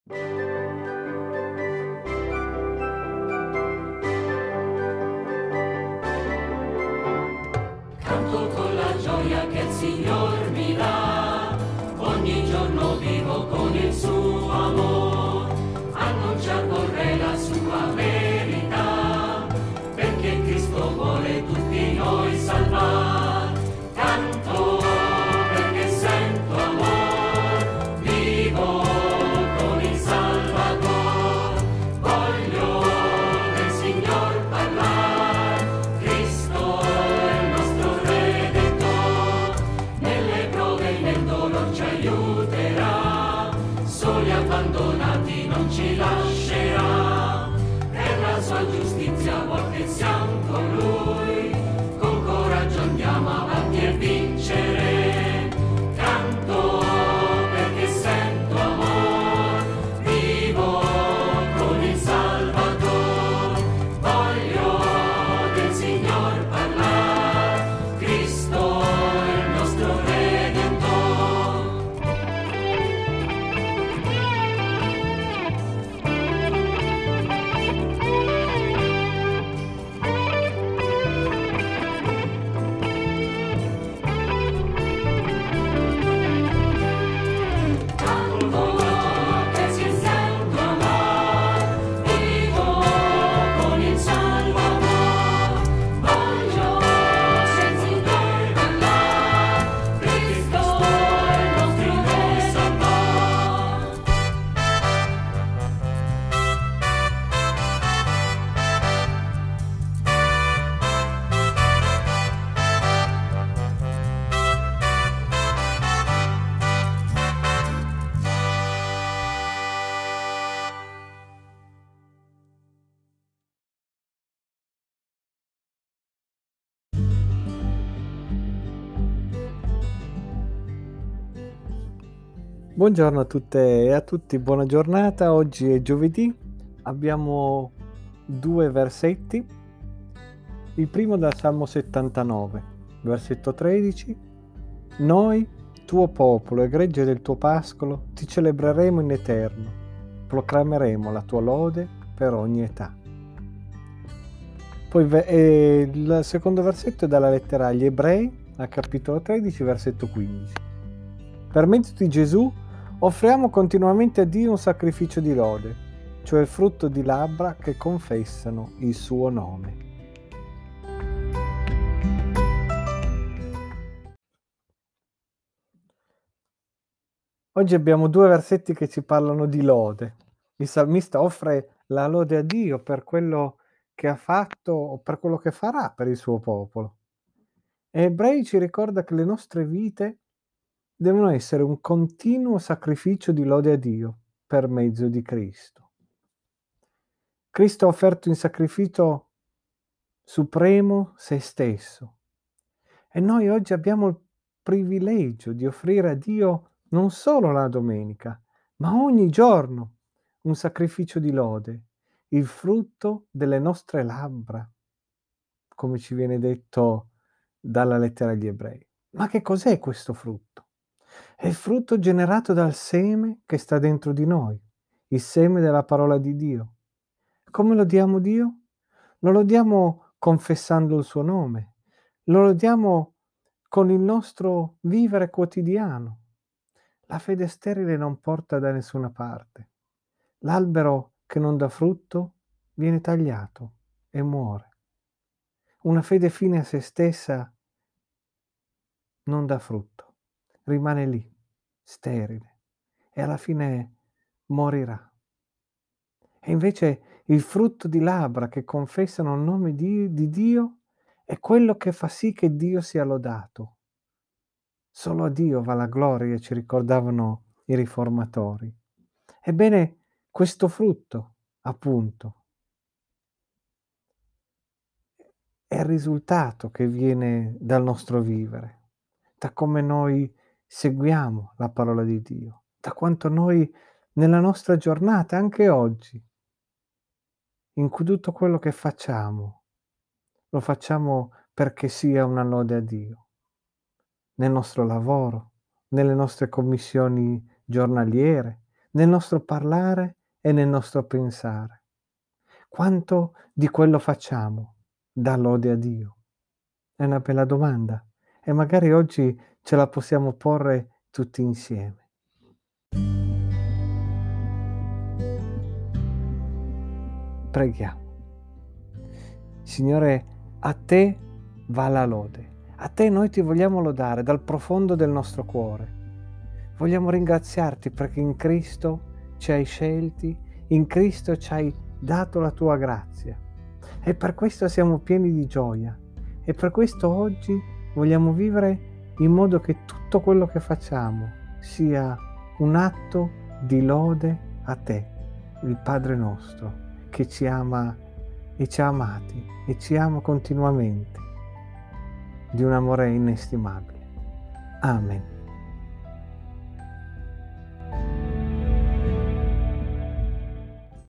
Canto con la gioia che il Signor mi dà, ogni giorno vivo con il suo amor, annunciar vorrei la sua verità, perché Cristo vuole tutti noi salvar. Canto perché sento amor, vivo con il Salvador, voglio del Signor parlar, Cristo è il nostro Redentor, nelle prove e nel dolor ci aiuterà, soli abbandonati non ci lascerà, per la sua giustizia vuol che siamo con Lui, con coraggio andiamo avanti e vincere. Canto perché sento amor, vivo con il Salvador, voglio del Signor parlar, Cristo è il nostro Redentor. Buongiorno a tutte e a tutti, buona giornata. Oggi è giovedì, abbiamo 2 versetti. Il primo dal Salmo 79, versetto 13. Noi, tuo popolo e gregge del tuo pascolo, ti celebreremo in eterno, proclameremo la tua lode per ogni età. Poi il secondo versetto è dalla lettera agli Ebrei, al capitolo 13, versetto 15. Per mezzo di Gesù offriamo continuamente a Dio un sacrificio di lode, cioè il frutto di labbra che confessano il suo nome. Oggi abbiamo 2 versetti che ci parlano di lode. Il salmista offre la lode a Dio per quello che ha fatto o per quello che farà per il suo popolo. E Ebrei ci ricorda che le nostre vite devono essere un continuo sacrificio di lode a Dio per mezzo di Cristo. Cristo ha offerto in sacrificio supremo se stesso e noi oggi abbiamo il privilegio di offrire a Dio non solo la domenica, ma ogni giorno un sacrificio di lode, il frutto delle nostre labbra, come ci viene detto dalla lettera agli Ebrei. Ma che cos'è questo frutto? È il frutto generato dal seme che sta dentro di noi, il seme della parola di Dio. Come lo diamo Dio? Non lo diamo confessando il suo nome, lo lodiamo con il nostro vivere quotidiano. La fede sterile non porta da nessuna parte. L'albero che non dà frutto viene tagliato e muore. Una fede fine a se stessa non dà frutto, rimane lì, sterile, e alla fine morirà. E invece il frutto di labbra che confessano il nome di Dio è quello che fa sì che Dio sia lodato. Solo a Dio va la gloria, ci ricordavano i riformatori. Ebbene, questo frutto, appunto, è il risultato che viene dal nostro vivere, da come noi seguiamo la parola di Dio, da quanto noi nella nostra giornata, anche oggi, in cui tutto quello che facciamo, lo facciamo perché sia una lode a Dio, nel nostro lavoro, nelle nostre commissioni giornaliere, nel nostro parlare e nel nostro pensare. Quanto di quello facciamo dà lode a Dio? È una bella domanda e magari oggi ce la possiamo porre tutti insieme. Preghiamo. Signore, a te va la lode. A te noi ti vogliamo lodare dal profondo del nostro cuore. Vogliamo ringraziarti perché in Cristo ci hai scelti, in Cristo ci hai dato la tua grazia e per questo siamo pieni di gioia e per questo oggi vogliamo vivere in modo che tutto quello che facciamo sia un atto di lode a te, il Padre nostro, che ci ama e ci ha amati e ci ama continuamente, di un amore inestimabile. Amen.